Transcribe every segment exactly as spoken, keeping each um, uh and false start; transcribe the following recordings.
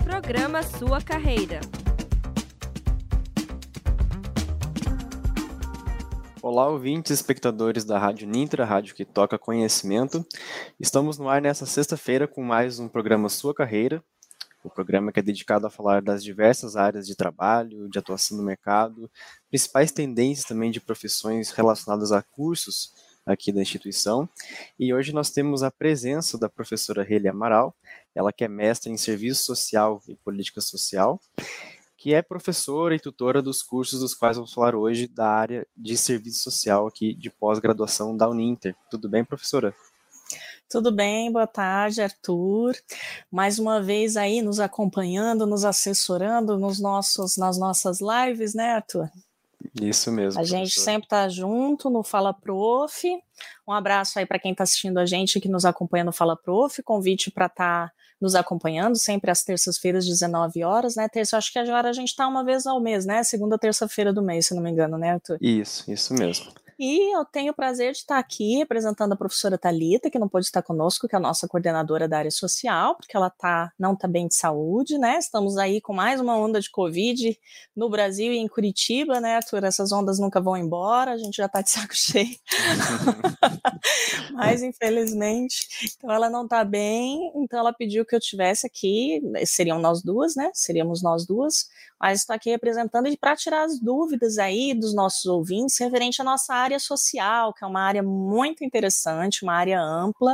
Programa Sua Carreira. Olá, ouvintes e espectadores da Rádio Nintra, rádio que toca conhecimento. Estamos no ar nesta sexta-feira com mais um programa Sua Carreira, o programa que é dedicado a falar das diversas áreas de trabalho, de atuação no mercado, principais tendências também de profissões relacionadas a cursos aqui da instituição. E hoje nós temos a presença da professora Heli Amaral, ela que é mestre em Serviço Social e Política Social, que é professora e tutora dos cursos dos quais vamos falar hoje da área de Serviço Social aqui de pós-graduação da Uninter. Tudo bem, professora? Tudo bem, boa tarde, Arthur. Mais uma vez aí nos acompanhando, nos assessorando nos nossos, nas nossas lives, né, Arthur? Isso mesmo, A professora. gente sempre está junto no Fala Prof. Um abraço aí para quem está assistindo a gente, que nos acompanha no Fala Prof. Convite para estar tá nos acompanhando sempre às terças-feiras, dezenove horas, né? Terça, acho que agora a gente está uma vez ao mês, né? Segunda, terça-feira do mês, se não me engano, né, Arthur? Isso, isso mesmo. E eu tenho o prazer de estar aqui representando a professora Thalita, que não pôde estar conosco, que é a nossa coordenadora da área social, porque ela tá, não está bem de saúde, né? Estamos aí com mais uma onda de Covid no Brasil e em Curitiba, né, Arthur? Essas ondas nunca vão embora, a gente já está de saco cheio. Mas, infelizmente, então ela não está bem, então ela pediu que eu estivesse aqui, seriam nós duas, né? Seríamos nós duas, mas estou aqui representando para tirar as dúvidas aí dos nossos ouvintes referente à nossa área social, que é uma área muito interessante, uma área ampla.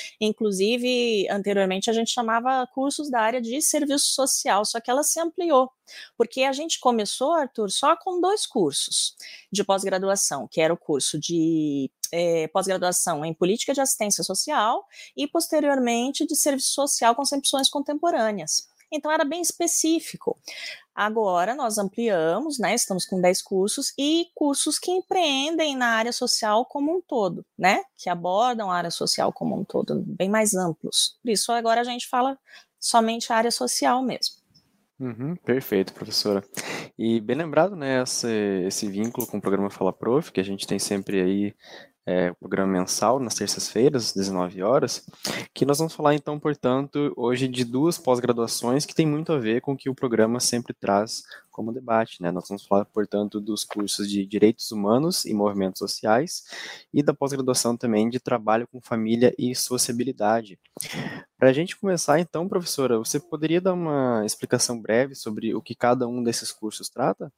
Inclusive, anteriormente a gente chamava cursos da área de serviço social, só que ela se ampliou, porque a gente começou, Arthur, só com dois cursos de pós-graduação, que era o curso de é, pós-graduação em Política de Assistência Social e, posteriormente, de Serviço Social com concepções contemporâneas. Então, era bem específico. Agora, nós ampliamos, né, estamos com dez cursos e cursos que empreendem na área social como um todo, né, que abordam a área social como um todo, bem mais amplos. Por isso, agora a gente fala somente a área social mesmo. Uhum, perfeito, professora. E bem lembrado, né, esse, esse vínculo com o programa Fala Prof, que a gente tem sempre aí é, o programa mensal nas terças-feiras, às dezenove horas, que nós vamos falar então, portanto, hoje de duas pós-graduações que tem muito a ver com o que o programa sempre traz como debate, né? Nós vamos falar, portanto, dos cursos de Direitos Humanos e Movimentos Sociais e da pós-graduação também de Trabalho com Família e Sociabilidade. Para a gente começar, então, professora, você poderia dar uma explicação breve sobre o que cada um desses cursos trata?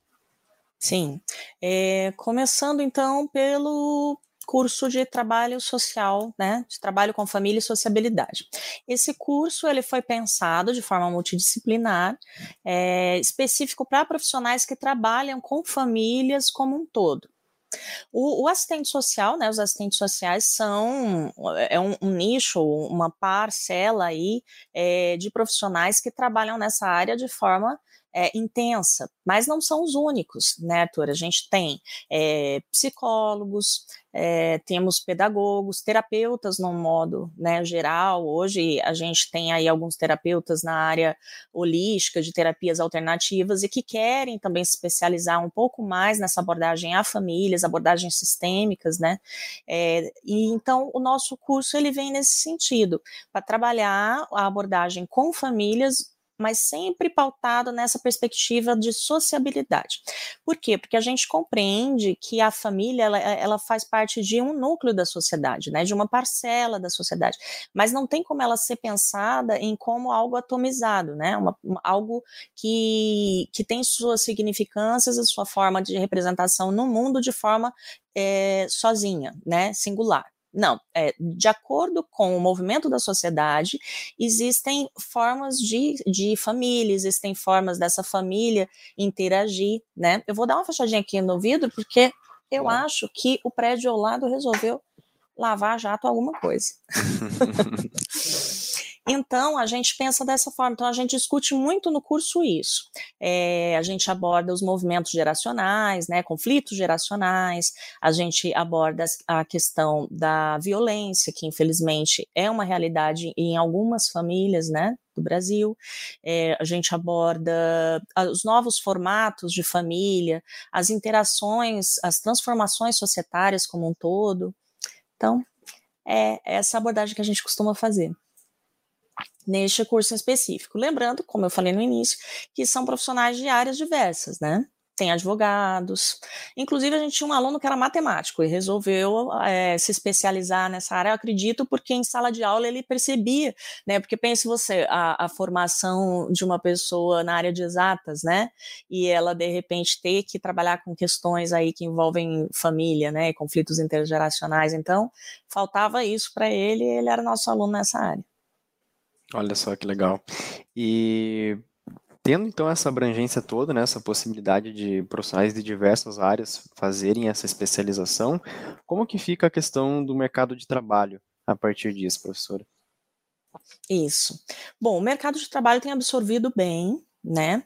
Sim. É, começando, então, pelo curso de trabalho social, né, de trabalho com família e sociabilidade. Esse curso ele foi pensado de forma multidisciplinar, é, específico para profissionais que trabalham com famílias como um todo. O, o assistente social, né, os assistentes sociais são é um, um nicho, uma parcela aí é, de profissionais que trabalham nessa área de forma é, intensa, mas não são os únicos, né, Arthur? A gente tem é, psicólogos, é, temos pedagogos, terapeutas no modo, né, geral. Hoje a gente tem aí alguns terapeutas na área holística de terapias alternativas e que querem também se especializar um pouco mais nessa abordagem a famílias, abordagens sistêmicas, né? É, e então o nosso curso ele vem nesse sentido, para trabalhar a abordagem com famílias, mas sempre pautado nessa perspectiva de sociabilidade. Por quê? Porque a gente compreende que a família, ela, ela faz parte de um núcleo da sociedade, né, de uma parcela da sociedade, mas não tem como ela ser pensada em como algo atomizado, né, uma, algo que, que tem suas significâncias, a sua forma de representação no mundo de forma é, sozinha, né, singular. Não, é, de acordo com o movimento da sociedade, existem formas de, de família, existem formas dessa família interagir, né? Eu vou dar uma fechadinha aqui no vidro, porque eu Claro. acho que o prédio ao lado resolveu lavar jato alguma coisa. Então, a gente pensa dessa forma, então a gente discute muito no curso isso. É, a gente aborda os movimentos geracionais, né, conflitos geracionais, a gente aborda a questão da violência, que infelizmente é uma realidade em algumas famílias, né, do Brasil. É, a gente aborda os novos formatos de família, as interações, as transformações societárias como um todo. Então, é essa abordagem que a gente costuma fazer. neste curso em específico. Lembrando, como eu falei no início, que são profissionais de áreas diversas, né? Tem advogados, inclusive a gente tinha um aluno que era matemático e resolveu é, se especializar nessa área, eu acredito, porque em sala de aula ele percebia, né, porque pense você, a, a formação de uma pessoa na área de exatas, né, e ela de repente ter que trabalhar com questões aí que envolvem família, né, conflitos intergeracionais, então faltava isso para ele e ele era nosso aluno nessa área. Olha só que legal. E tendo então essa abrangência toda, né, essa possibilidade de profissionais de diversas áreas fazerem essa especialização, como que fica a questão do mercado de trabalho a partir disso, professora? Isso. Bom, o mercado de trabalho tem absorvido bem, né?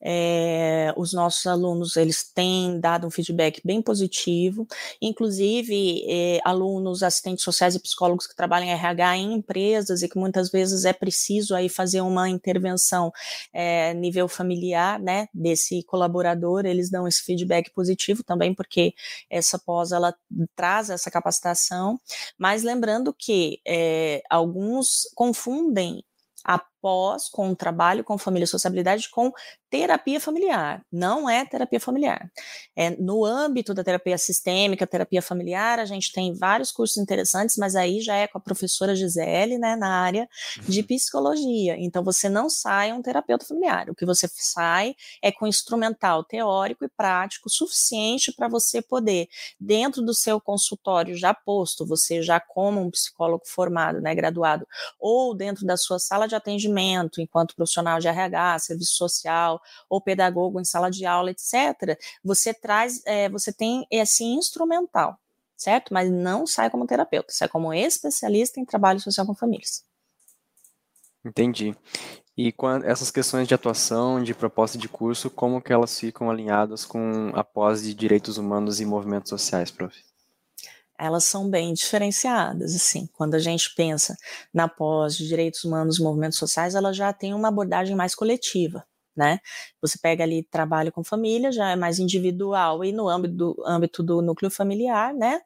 É, os nossos alunos, eles têm dado um feedback bem positivo, inclusive é, alunos, assistentes sociais e psicólogos que trabalham em R H em empresas e que muitas vezes é preciso aí fazer uma intervenção é, nível familiar, né, desse colaborador, eles dão esse feedback positivo também, porque essa pós, ela traz essa capacitação, mas lembrando que é, alguns confundem a pós com o trabalho com família e sociabilidade com terapia familiar. Não é terapia familiar. É, no âmbito da terapia sistêmica, terapia familiar, a gente tem vários cursos interessantes, mas aí já é com a professora Gisele, né, na área de psicologia. Então, você não sai um terapeuta familiar. O que você sai é com instrumental teórico e prático suficiente para você poder, dentro do seu consultório já posto, você já como um psicólogo formado, né, graduado, ou dentro da sua sala de atendimento, enquanto profissional de R H, serviço social, ou pedagogo em sala de aula, etcétera, você traz, é, você tem esse instrumental, certo? Mas não sai como terapeuta, sai como especialista em trabalho social com famílias. Entendi. E quando essas questões de atuação, de proposta de curso, como que elas ficam alinhadas com a pós de Direitos Humanos e Movimentos Sociais, prof? Elas são bem diferenciadas, assim, quando a gente pensa na pós de Direitos Humanos e Movimentos Sociais, ela já tem uma abordagem mais coletiva, né? Você pega ali trabalho com família, já é mais individual, e no âmbito do, âmbito do núcleo familiar, né,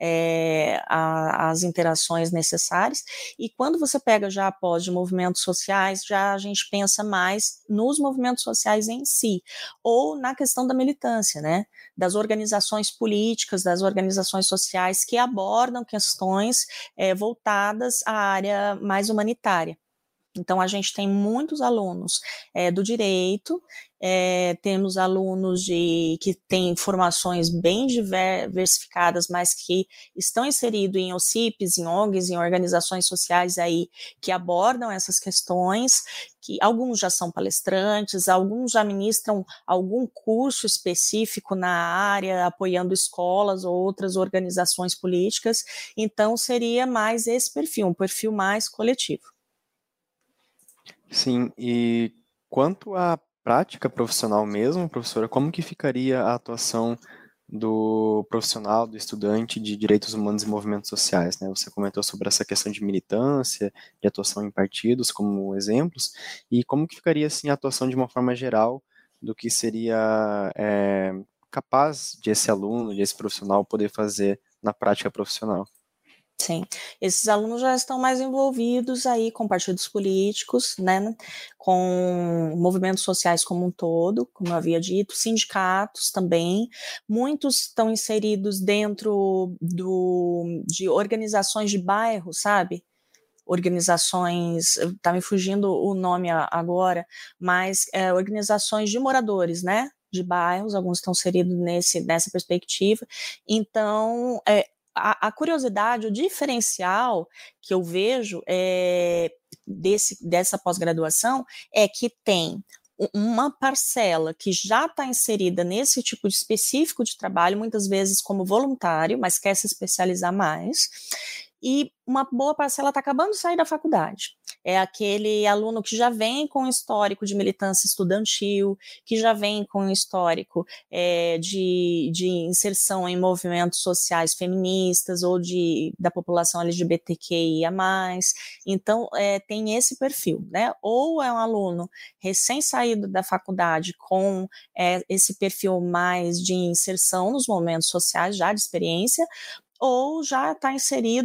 é, a, as interações necessárias, e quando você pega já a pós de movimentos sociais, já a gente pensa mais nos movimentos sociais em si, ou na questão da militância, né, das organizações políticas, das organizações sociais que abordam questões é, voltadas à área mais humanitária. Então, a gente tem muitos alunos é, do direito, é, temos alunos de, que têm formações bem diversificadas, mas que estão inseridos em O C I Ps, em O N Gs, em organizações sociais aí que abordam essas questões, que alguns já são palestrantes, alguns já ministram algum curso específico na área, apoiando escolas ou outras organizações políticas, então seria mais esse perfil, um perfil mais coletivo. Sim, e quanto à prática profissional mesmo, professora, como que ficaria a atuação do profissional, do estudante de Direitos Humanos e Movimentos Sociais, né? Você comentou sobre essa questão de militância, de atuação em partidos como exemplos, e como que ficaria, assim, a atuação de uma forma geral do que seria é, capaz de esse aluno, de esse profissional poder fazer na prática profissional? Sim, esses alunos já estão mais envolvidos aí com partidos políticos, né, com movimentos sociais como um todo, como eu havia dito, sindicatos também, muitos estão inseridos dentro do, de organizações de bairro, sabe? Organizações, tá me fugindo o nome agora, mas é, organizações de moradores, né, de bairros, alguns estão inseridos nesse, nessa perspectiva, então, é, A, a curiosidade, o diferencial que eu vejo é, desse, dessa pós-graduação é que tem uma parcela que já está inserida nesse tipo de específico de trabalho, muitas vezes como voluntário, mas quer se especializar mais, e uma boa parcela está acabando de sair da faculdade. É aquele aluno que já vem com histórico de militância estudantil, que já vem com histórico é, de, de inserção em movimentos sociais feministas ou de, da população L G B T Q I A mais. Então, é, tem esse perfil, né? Ou é um aluno recém-saído da faculdade com é, esse perfil mais de inserção nos movimentos sociais, já de experiência, ou já está inserido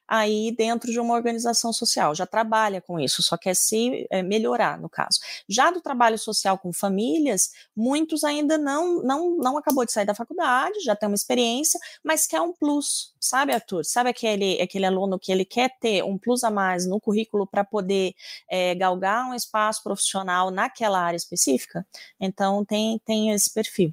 aí dentro de uma organização social, já trabalha com isso, só quer se é, melhorar, no caso. Já do trabalho social com famílias, muitos ainda não, não, não acabou de sair da faculdade, já tem uma experiência, mas quer um plus, sabe, Arthur? Sabe aquele, aquele aluno que ele quer ter um plus a mais no currículo para poder é, galgar um espaço profissional naquela área específica? Então, tem, tem esse perfil.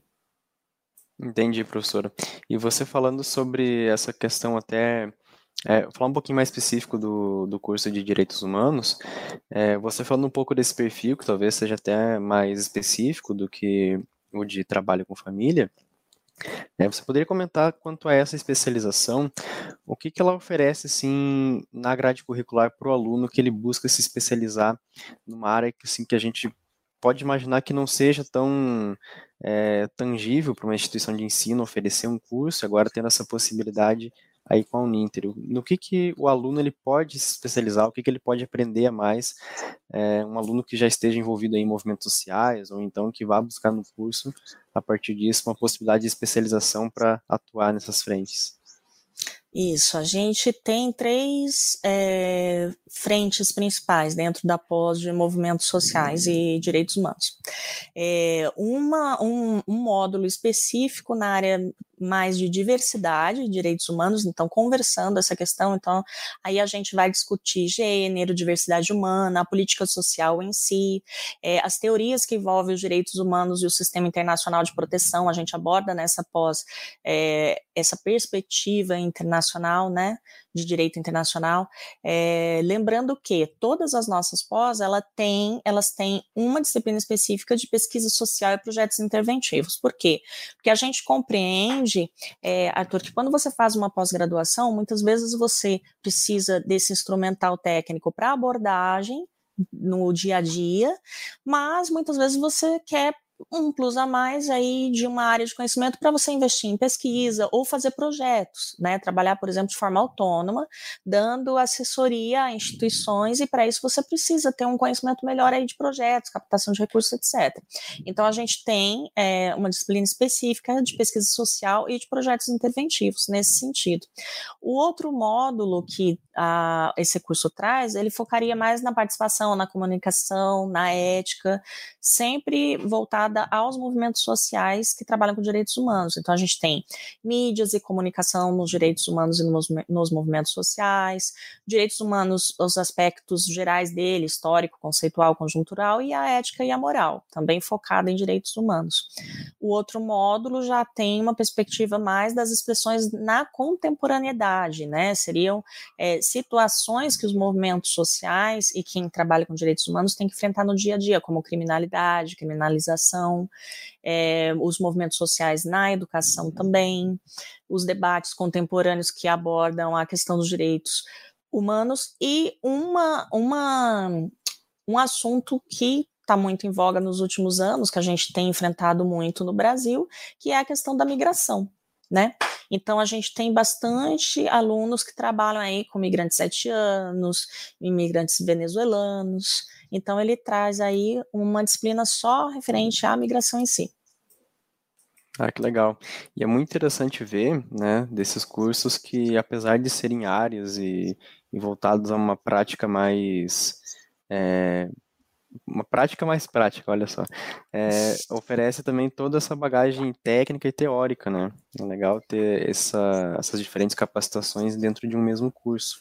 Entendi, professora. E você falando sobre essa questão até, é, falar um pouquinho mais específico do, do curso de Direitos Humanos, é, você falando um pouco desse perfil, que talvez seja até mais específico do que o de trabalho com família, é, você poderia comentar quanto a essa especialização, o que, que ela oferece, assim, na grade curricular para o aluno que ele busca se especializar numa área que, assim, que a gente pode imaginar que não seja tão é, tangível para uma instituição de ensino oferecer um curso, agora tendo essa possibilidade aí com a Uninter. No que, que o aluno ele pode se especializar, o que, que ele pode aprender a mais, é, um aluno que já esteja envolvido aí em movimentos sociais, ou então que vá buscar no curso, a partir disso, uma possibilidade de especialização para atuar nessas frentes. Isso, a gente tem três é, frentes principais dentro da pós de movimentos sociais e direitos humanos. É, uma, um, um módulo específico na área mais de diversidade e direitos humanos, então conversando essa questão, então aí a gente vai discutir gênero, diversidade humana, a política social em si, é, as teorias que envolvem os direitos humanos e o sistema internacional de proteção, a gente aborda nessa pós é, essa perspectiva internacional, né, de direito internacional, é, lembrando que todas as nossas pós, ela tem, elas têm uma disciplina específica de pesquisa social e projetos interventivos. Por quê? Porque a gente compreende, é, Arthur, que quando você faz uma pós-graduação, muitas vezes você precisa desse instrumental técnico para abordagem no dia a dia, mas muitas vezes você quer um plus a mais aí de uma área de conhecimento para você investir em pesquisa ou fazer projetos, né? Trabalhar, por exemplo, de forma autônoma, dando assessoria a instituições, e para isso você precisa ter um conhecimento melhor aí de projetos, captação de recursos, etcétera. Então a gente tem é, uma disciplina específica de pesquisa social e de projetos interventivos nesse sentido. O outro módulo que a, esse curso traz, ele focaria mais na participação, na comunicação, na ética, sempre voltado aos movimentos sociais que trabalham com direitos humanos. Então, a gente tem mídias e comunicação nos direitos humanos e nos, nos movimentos sociais, direitos humanos, os aspectos gerais dele, histórico, conceitual, conjuntural, e a ética e a moral, também focada em direitos humanos. O outro módulo já tem uma perspectiva mais das expressões na contemporaneidade, né? Seriam é, situações que os movimentos sociais e quem trabalha com direitos humanos tem que enfrentar no dia a dia, como criminalidade, criminalização, É, os movimentos sociais na educação também, os debates contemporâneos que abordam a questão dos direitos humanos e uma, uma, um assunto que está muito em voga nos últimos anos, que a gente tem enfrentado muito no Brasil, que é a questão da migração, né? Então, a gente tem bastante alunos que trabalham aí com migrantes haitianos, imigrantes venezuelanos. Então, ele traz aí uma disciplina só referente à migração em si. Ah, que legal. E é muito interessante ver, né, desses cursos que, apesar de serem áreas e, e voltados a uma prática mais... É, uma prática mais prática, olha só, é, oferece também toda essa bagagem técnica e teórica, né? É legal ter essa, essas diferentes capacitações dentro de um mesmo curso.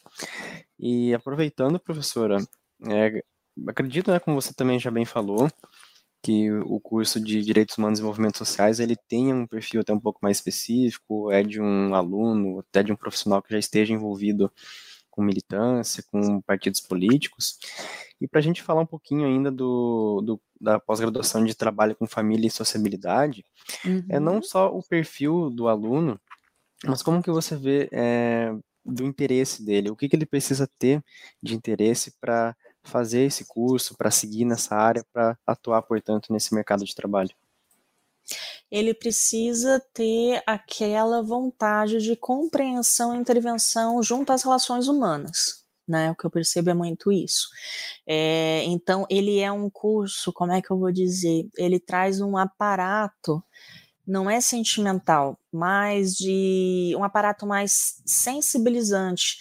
E aproveitando, professora, é, acredito, né, como você também já bem falou, que o curso de Direitos Humanos e Movimentos Sociais, ele tem um perfil até um pouco mais específico, é de um aluno, até de um profissional que já esteja envolvido com militância, com partidos políticos. E para a gente falar um pouquinho ainda do, do da pós-graduação de trabalho com família e sociabilidade, uhum. é não só o perfil do aluno, mas como que você vê é, do interesse dele, o que, que ele precisa ter de interesse para fazer esse curso, para seguir nessa área, para atuar, portanto, nesse mercado de trabalho? Ele precisa ter aquela vontade de compreensão e intervenção junto às relações humanas, né? O que eu percebo é muito isso. É, então, ele é um curso, como é que eu vou dizer? Ele traz um aparato não é sentimental, mas de um aparato mais sensibilizante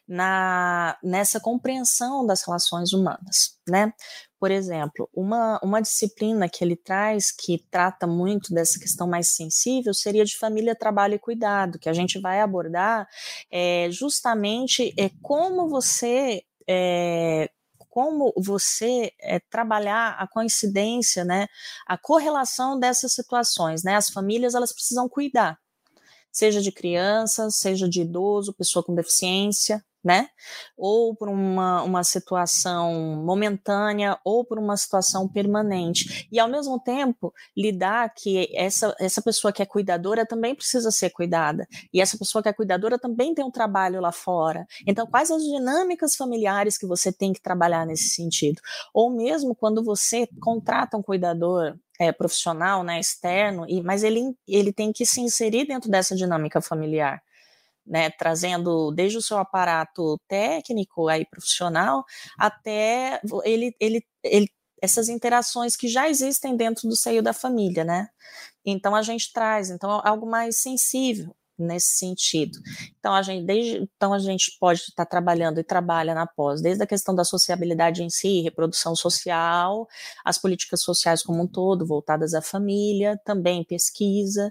na, nessa compreensão das relações humanas, né? Por exemplo, uma, uma disciplina que ele traz, que trata muito dessa questão mais sensível, seria de família, trabalho e cuidado, que a gente vai abordar é, justamente é, como você... É, como você é, trabalhar a coincidência, né, a correlação dessas situações, né, as famílias, elas precisam cuidar, seja de criança, seja de idoso, pessoa com deficiência, né, ou por uma, uma situação momentânea, ou por uma situação permanente, e ao mesmo tempo, lidar que essa, essa pessoa que é cuidadora também precisa ser cuidada, e essa pessoa que é cuidadora também tem um trabalho lá fora, então quais as dinâmicas familiares que você tem que trabalhar nesse sentido, ou mesmo quando você contrata um cuidador é, profissional, né, externo, e, mas ele, ele tem que se inserir dentro dessa dinâmica familiar, né, trazendo desde o seu aparato técnico aí profissional até ele, ele, ele, essas interações que já existem dentro do seio da família, né? Então a gente traz, então algo mais sensível nesse sentido. Então a gente, desde, então a gente pode estar trabalhando e trabalha na pós, desde a questão da sociabilidade em si, reprodução social, as políticas sociais como um todo, voltadas à família, também pesquisa,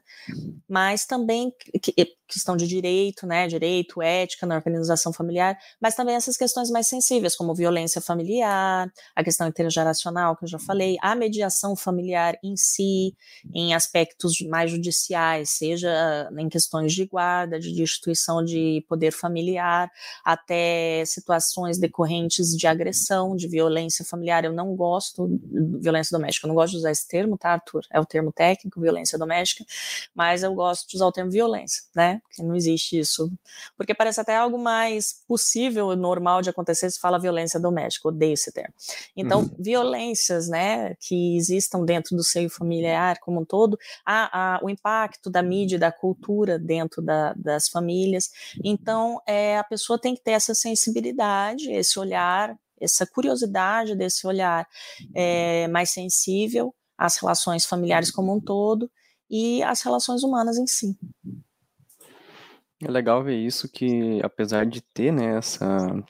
mas também questão de direito, né, direito, ética na organização familiar, mas também essas questões mais sensíveis, como violência familiar, a questão intergeracional, que eu já falei, a mediação familiar em si, em aspectos mais judiciais, seja em questões de guarda, de instituição de poder familiar, até situações decorrentes de agressão, de violência familiar. Eu não gosto de violência doméstica, eu não gosto de usar esse termo, tá, Arthur? É o termo técnico, violência doméstica, mas eu gosto de usar o termo violência, né? Porque não existe isso. Porque parece até algo mais possível, normal de acontecer se fala violência doméstica, odeio esse termo. Então, uhum. violências, né, que existam dentro do seio familiar como um todo, há, há o impacto da mídia e da cultura dentro da, das famílias. Então, é, a pessoa tem que ter essa sensibilidade, esse olhar, essa curiosidade desse olhar é, mais sensível às relações familiares como um todo e às relações humanas em si. É legal ver isso, que apesar de ter, né, essa,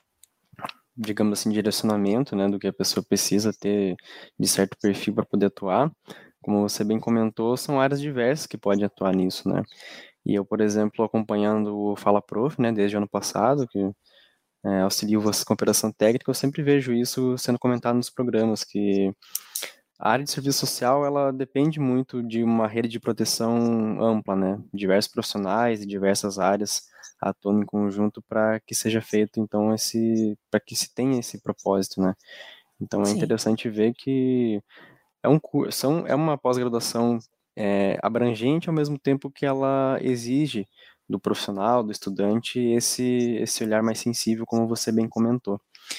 digamos assim, direcionamento, né, do que a pessoa precisa ter de certo perfil para poder atuar, como você bem comentou, são áreas diversas que podem atuar nisso, né. E eu, por exemplo, acompanhando o Fala Prof, né, desde o ano passado, que é, auxilio você com operação técnica, eu sempre vejo isso sendo comentado nos programas, que a área de serviço social, ela depende muito de uma rede de proteção ampla, né? Diversos profissionais e diversas áreas atuam em conjunto para que seja feito, então, esse, para que se tenha esse propósito, né? Então, é Sim. interessante ver que é, um, são, é uma pós-graduação é, abrangente, ao mesmo tempo que ela exige do profissional, do estudante, esse, esse olhar mais sensível, como você bem comentou.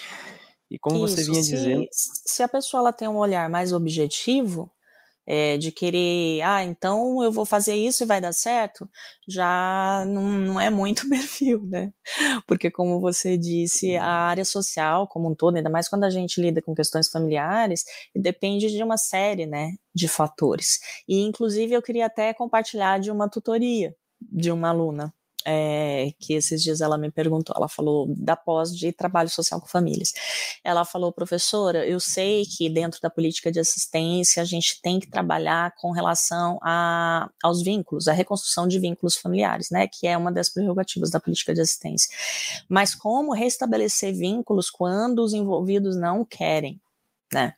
E como Isso, você vinha se, dizendo... se a pessoa ela tem um olhar mais objetivo, é, de querer, ah, então eu vou fazer isso e vai dar certo, já não, não é muito perfil, né? Porque, como você disse, a área social como um todo, ainda mais quando a gente lida com questões familiares, depende de uma série, né, de fatores. E, inclusive, eu queria até compartilhar de uma tutoria de uma aluna, É, que esses dias ela me perguntou, ela falou da pós de trabalho social com famílias. Ela falou, professora, eu sei que dentro da política de assistência a gente tem que trabalhar com relação a, aos vínculos, a reconstrução de vínculos familiares, né, que é uma das prerrogativas da política de assistência. Mas como restabelecer vínculos quando os envolvidos não querem, né?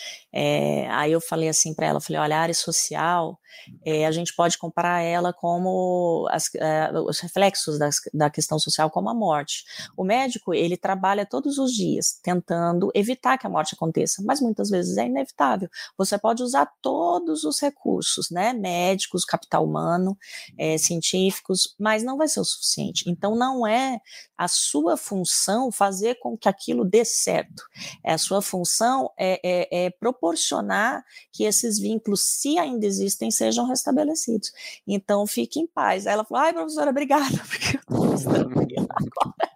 É, aí eu falei assim para ela, falei, olha, a área social, é, a gente pode comparar ela como as, é, os reflexos das, da questão social como a morte. O médico, ele trabalha todos os dias tentando evitar que a morte aconteça, mas muitas vezes é inevitável. Você pode usar todos os recursos, né, médicos, capital humano, é, científicos, mas não vai ser o suficiente. Então não é a sua função fazer com que aquilo dê certo. A sua função é, é, é proporcionar que esses vínculos, se ainda existem, sejam restabelecidos. Então, fique em paz. Aí ela falou, ai, professora, obrigada, porque eu estou mais tranquila agora.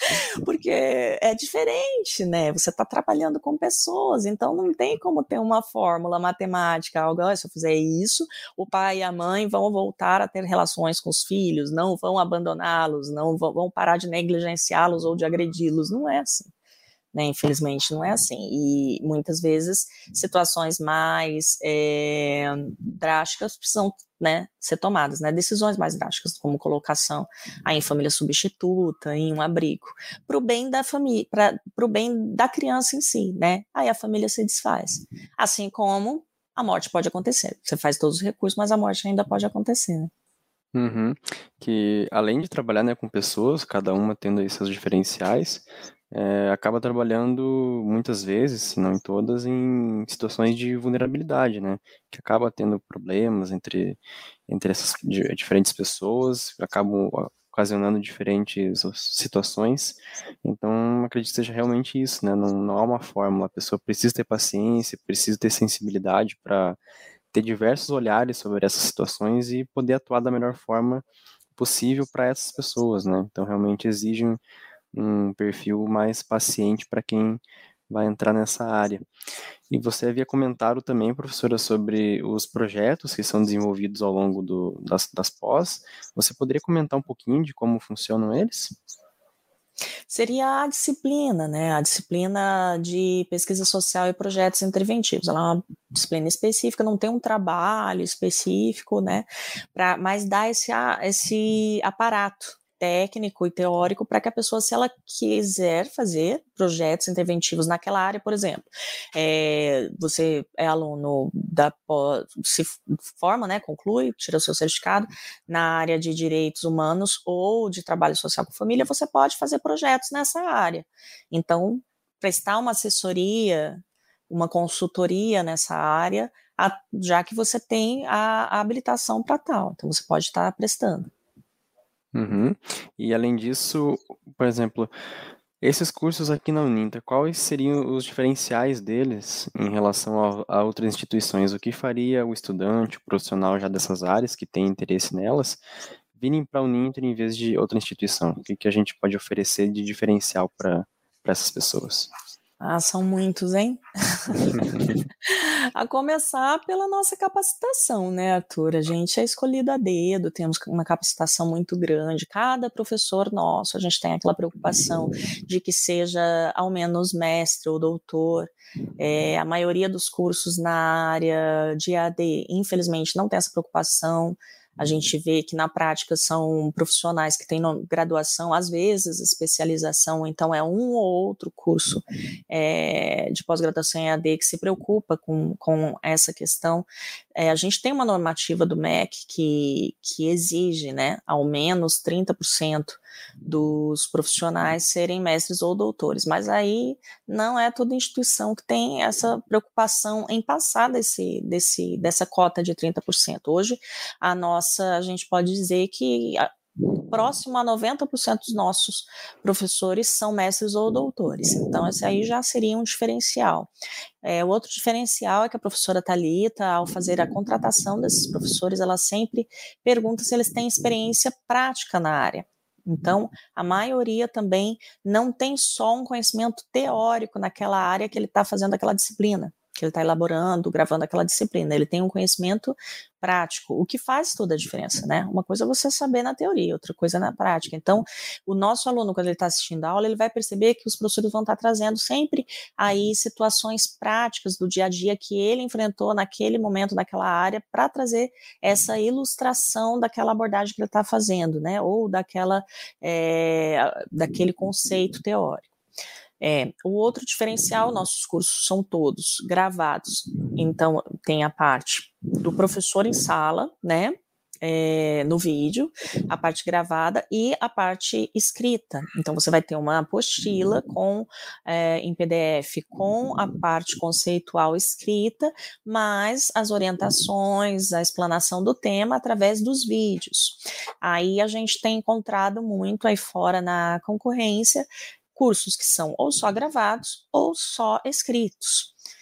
Porque é diferente, né? Você está trabalhando com pessoas, então não tem como ter uma fórmula matemática, algo, oh, se eu fizer isso, o pai e a mãe vão voltar a ter relações com os filhos, não vão abandoná-los, não vão parar de negligenciá-los ou de agredi-los. Não é assim. Né, infelizmente não é assim, e muitas vezes situações mais é, drásticas precisam, né, ser tomadas, né, decisões mais drásticas, como colocação aí em família substituta, em um abrigo, para o bem da família, para o bem da criança em si, né, aí a família se desfaz, assim como a morte pode acontecer, você faz todos os recursos, mas a morte ainda pode acontecer, né? Uhum. Que além de trabalhar, né, com pessoas, cada uma tendo aí seus diferenciais, é, acaba trabalhando muitas vezes, se não em todas, em situações de vulnerabilidade, né? Que acaba tendo problemas entre, entre essas di- diferentes pessoas, acabam ocasionando diferentes situações. Então, acredito que seja realmente isso, né? Não, não há uma fórmula. A pessoa precisa ter paciência, precisa ter sensibilidade para ter diversos olhares sobre essas situações e poder atuar da melhor forma possível para essas pessoas, né? Então, realmente exige um um perfil mais paciente para quem vai entrar nessa área. E você havia comentado também, professora, sobre os projetos que são desenvolvidos ao longo do, das, das pós. Você poderia comentar um pouquinho de como funcionam eles? Seria a disciplina, né? A disciplina de pesquisa social e projetos interventivos. Ela é uma disciplina específica, não tem um trabalho específico, né? Pra, mas dá esse, esse aparato técnico e teórico para que a pessoa, se ela quiser fazer projetos interventivos naquela área, por exemplo, é, você é aluno da se forma, né, conclui, tira o seu certificado na área de direitos humanos ou de trabalho social com família, você pode fazer projetos nessa área. Então, prestar uma assessoria, uma consultoria nessa área, já que você tem a, a habilitação para tal. Então, você pode estar prestando. Uhum. E além disso, por exemplo, esses cursos aqui na Uninter, quais seriam os diferenciais deles em relação a, a outras instituições? O que faria o estudante, o profissional já dessas áreas, que tem interesse nelas, virem para a Uninter em vez de outra instituição? O que, que a gente pode oferecer de diferencial para essas pessoas? Ah, são muitos, hein? A começar pela nossa capacitação, né, Arthur? A gente é escolhido a dedo, temos uma capacitação muito grande. Cada professor nosso, a gente tem aquela preocupação de que seja ao menos mestre ou doutor. É, a maioria dos cursos na área de A D, infelizmente, não tem essa preocupação. A gente vê que na prática são profissionais que têm graduação, às vezes especialização, então é um ou outro curso é, de pós-graduação em A D que se preocupa com, com essa questão. É, a gente tem uma normativa do M E C que, que exige, né, ao menos trinta por cento dos profissionais serem mestres ou doutores, mas aí não é toda instituição que tem essa preocupação em passar desse, desse, dessa cota de trinta por cento. Hoje, a nossa, a gente pode dizer que a, próximo a noventa por cento dos nossos professores são mestres ou doutores, então esse aí já seria um diferencial. É, o outro diferencial é que a professora Thalita, ao fazer a contratação desses professores, ela sempre pergunta se eles têm experiência prática na área. Então, a maioria também não tem só um conhecimento teórico naquela área que ele está fazendo aquela disciplina, que ele está elaborando, gravando aquela disciplina. Ele tem um conhecimento prático, o que faz toda a diferença, né? Uma coisa é você saber na teoria, outra coisa é na prática. Então, o nosso aluno, quando ele está assistindo a aula, ele vai perceber que os professores vão estar trazendo sempre aí situações práticas do dia a dia que ele enfrentou naquele momento, naquela área, para trazer essa ilustração daquela abordagem que ele está fazendo, né? Ou daquela, é, daquele conceito teórico. É, o outro diferencial, nossos cursos são todos gravados, então tem a parte do professor em sala, né, é, no vídeo, a parte gravada e a parte escrita. Então você vai ter uma apostila com, é, em P D F com a parte conceitual escrita, mais as orientações, a explanação do tema através dos vídeos. Aí a gente tem encontrado muito aí fora na concorrência cursos que são ou só gravados ou só escritos.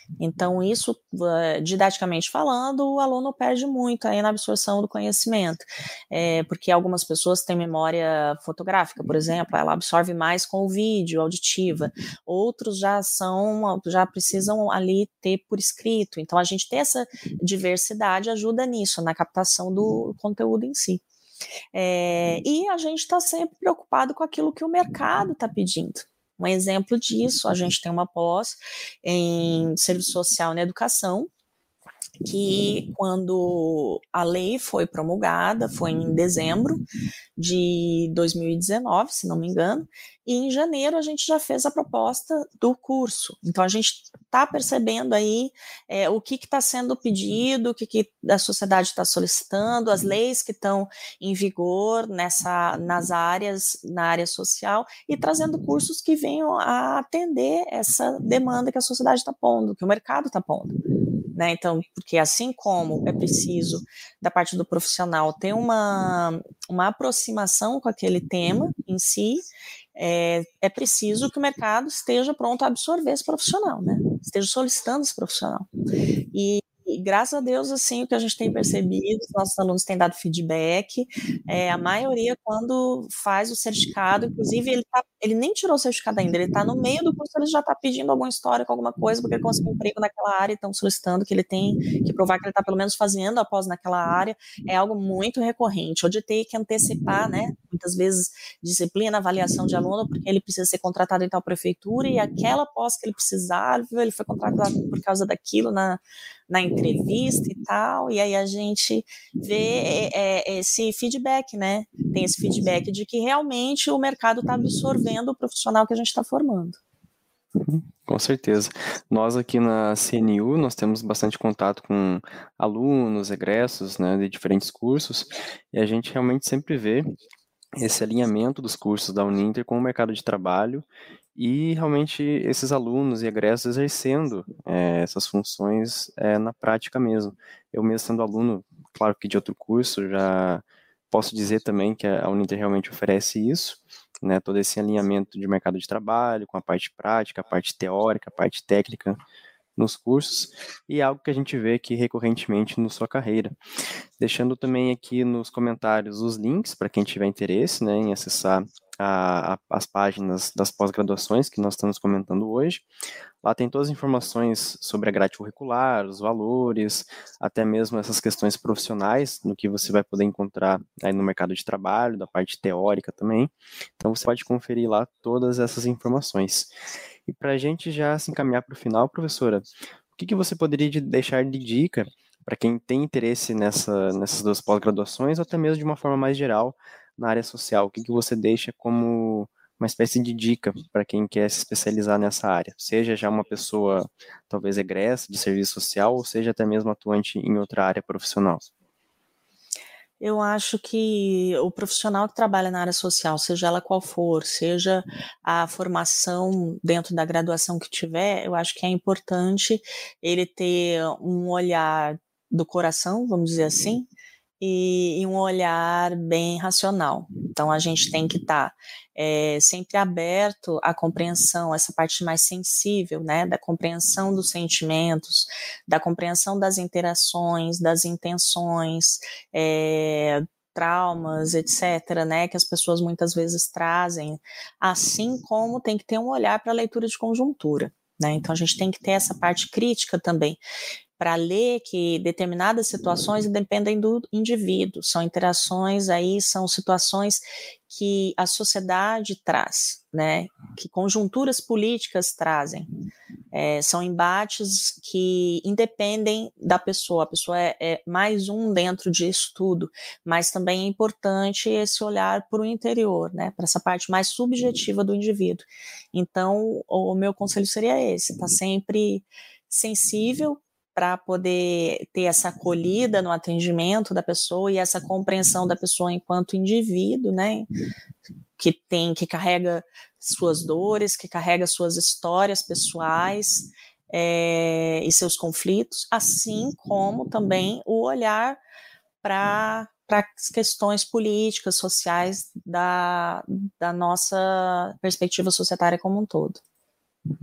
Então, isso, didaticamente falando, o aluno perde muito aí na absorção do conhecimento, é, porque algumas pessoas têm memória fotográfica, por exemplo, ela absorve mais com o vídeo, auditiva, outros já são, já precisam ali ter por escrito, então a gente ter essa diversidade ajuda nisso, na captação do conteúdo em si. É, e a gente está sempre preocupado com aquilo que o mercado está pedindo. Um exemplo disso, a gente tem uma pós em serviço social na educação, que quando a lei foi promulgada, foi em dezembro de dois mil e dezenove, se não me engano, e em janeiro a gente já fez a proposta do curso. Então a gente está percebendo aí é, o que está sendo pedido, o que, que a sociedade está solicitando, as leis que estão em vigor nessa, nas áreas, na área social, e trazendo cursos que venham a atender essa demanda que a sociedade está pondo, que o mercado está pondo. Né? Então, porque assim como é preciso, da parte do profissional, ter uma, uma aproximação com aquele tema em si, é, é preciso que o mercado esteja pronto a absorver esse profissional, né? Esteja solicitando esse profissional. E, e graças a Deus, assim, o que a gente tem percebido, os nossos alunos têm dado feedback, é, a maioria, quando faz o certificado, inclusive, ele, tá, ele nem tirou o certificado ainda, ele está no meio do curso, ele já está pedindo alguma histórica, alguma coisa, porque ele conseguiu um emprego naquela área e estão solicitando que ele tem que provar que ele está pelo menos fazendo após naquela área, é algo muito recorrente, ou de ter que antecipar, né, muitas vezes, disciplina, avaliação de aluno, porque ele precisa ser contratado em tal prefeitura, e aquela pós que ele precisava, ele foi contratado por causa daquilo na, na entrevista e tal, e aí a gente vê é, é, esse feedback, né, tem esse feedback de que realmente o mercado está absorvendo o profissional que a gente está formando. Com certeza. Nós aqui na C N U, nós temos bastante contato com alunos, egressos, né, de diferentes cursos, e a gente realmente sempre vê esse alinhamento dos cursos da Uninter com o mercado de trabalho e realmente esses alunos e egressos exercendo é, essas funções é, na prática mesmo. Eu mesmo sendo aluno, claro que de outro curso, já posso dizer também que a Uninter realmente oferece isso, né, todo esse alinhamento de mercado de trabalho, com a parte prática, a parte teórica, a parte técnica nos cursos, e é algo que a gente vê aqui recorrentemente na sua carreira. Deixando também aqui nos comentários os links para quem tiver interesse, né, em acessar a, a, as páginas das pós-graduações que nós estamos comentando hoje. Lá tem todas as informações sobre a grade curricular, os valores, até mesmo essas questões profissionais, no que você vai poder encontrar aí no mercado de trabalho, da parte teórica também. Então você pode conferir lá todas essas informações. E para a gente já se encaminhar para o final, professora, o que, que você poderia de deixar de dica para quem tem interesse nessa, nessas duas pós-graduações, ou até mesmo de uma forma mais geral na área social? O que, que você deixa como uma espécie de dica para quem quer se especializar nessa área? Seja já uma pessoa, talvez egressa de serviço social, ou seja até mesmo atuante em outra área profissional. Eu acho que o profissional que trabalha na área social, seja ela qual for, seja a formação dentro da graduação que tiver, eu acho que é importante ele ter um olhar do coração, vamos dizer assim, e, e um olhar bem racional. Então a gente tem que estar tá, é, sempre aberto à compreensão, essa parte mais sensível, né, da compreensão dos sentimentos, da compreensão das interações, das intenções, é, traumas, etcétera, né, que as pessoas muitas vezes trazem, assim como tem que ter um olhar para a leitura de conjuntura, né, então a gente tem que ter essa parte crítica também, para ler que determinadas situações dependem do indivíduo, são interações aí, são situações que a sociedade traz, né, que conjunturas políticas trazem, é, são embates que independem da pessoa, a pessoa é, é mais um dentro disso tudo, mas também é importante esse olhar para o interior, né, para essa parte mais subjetiva do indivíduo. Então, o meu conselho seria esse, estar tá sempre sensível para poder ter essa acolhida no atendimento da pessoa e essa compreensão da pessoa enquanto indivíduo, né, que tem, que carrega suas dores, que carrega suas histórias pessoais é, e seus conflitos, assim como também o olhar para para as questões políticas, sociais da, da nossa perspectiva societária como um todo. Uhum.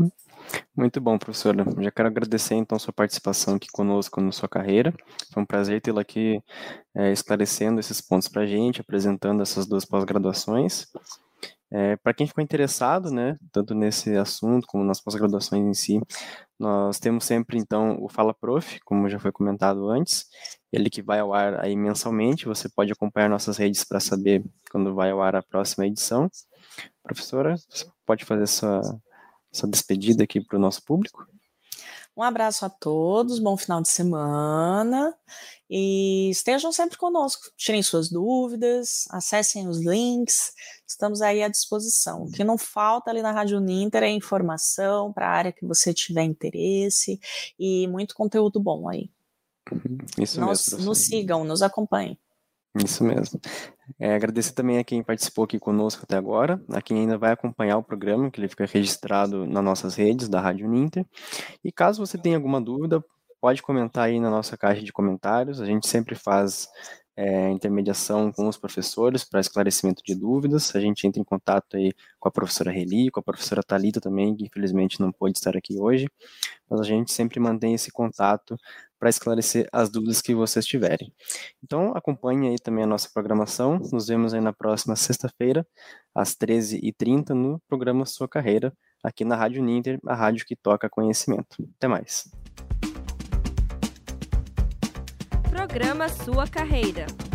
Muito bom, professora. Já quero agradecer, então, sua participação aqui conosco no Sua Carreira. Foi um prazer tê-la aqui é, esclarecendo esses pontos para a gente, apresentando essas duas pós-graduações. É, para quem ficou interessado, né, tanto nesse assunto como nas pós-graduações em si, nós temos sempre, então, o Fala Prof, como já foi comentado antes, ele que vai ao ar aí mensalmente. Você pode acompanhar nossas redes para saber quando vai ao ar a próxima edição. Professora, você pode fazer sua, sua despedida aqui para o nosso público? Um abraço a todos, bom final de semana e estejam sempre conosco. Tirem suas dúvidas, acessem os links, estamos aí à disposição. O que não falta ali na Rádio Uninter é informação para a área que você tiver interesse e muito conteúdo bom aí. Isso nos, mesmo, professor. Nos sigam, nos acompanhem. Isso mesmo. É, agradecer também a quem participou aqui conosco até agora, a quem ainda vai acompanhar o programa, que ele fica registrado nas nossas redes da Rádio Uninter. E caso você tenha alguma dúvida, pode comentar aí na nossa caixa de comentários. A gente sempre faz é, intermediação com os professores para esclarecimento de dúvidas. A gente entra em contato aí com a professora Reli, com a professora Thalita também, que infelizmente não pôde estar aqui hoje, mas a gente sempre mantém esse contato para esclarecer as dúvidas que vocês tiverem. Então, acompanhe aí também a nossa programação. Nos vemos aí na próxima sexta-feira, às treze e trinta, no programa Sua Carreira, aqui na Rádio Uninter, a rádio que toca conhecimento. Até mais. Programa Sua Carreira.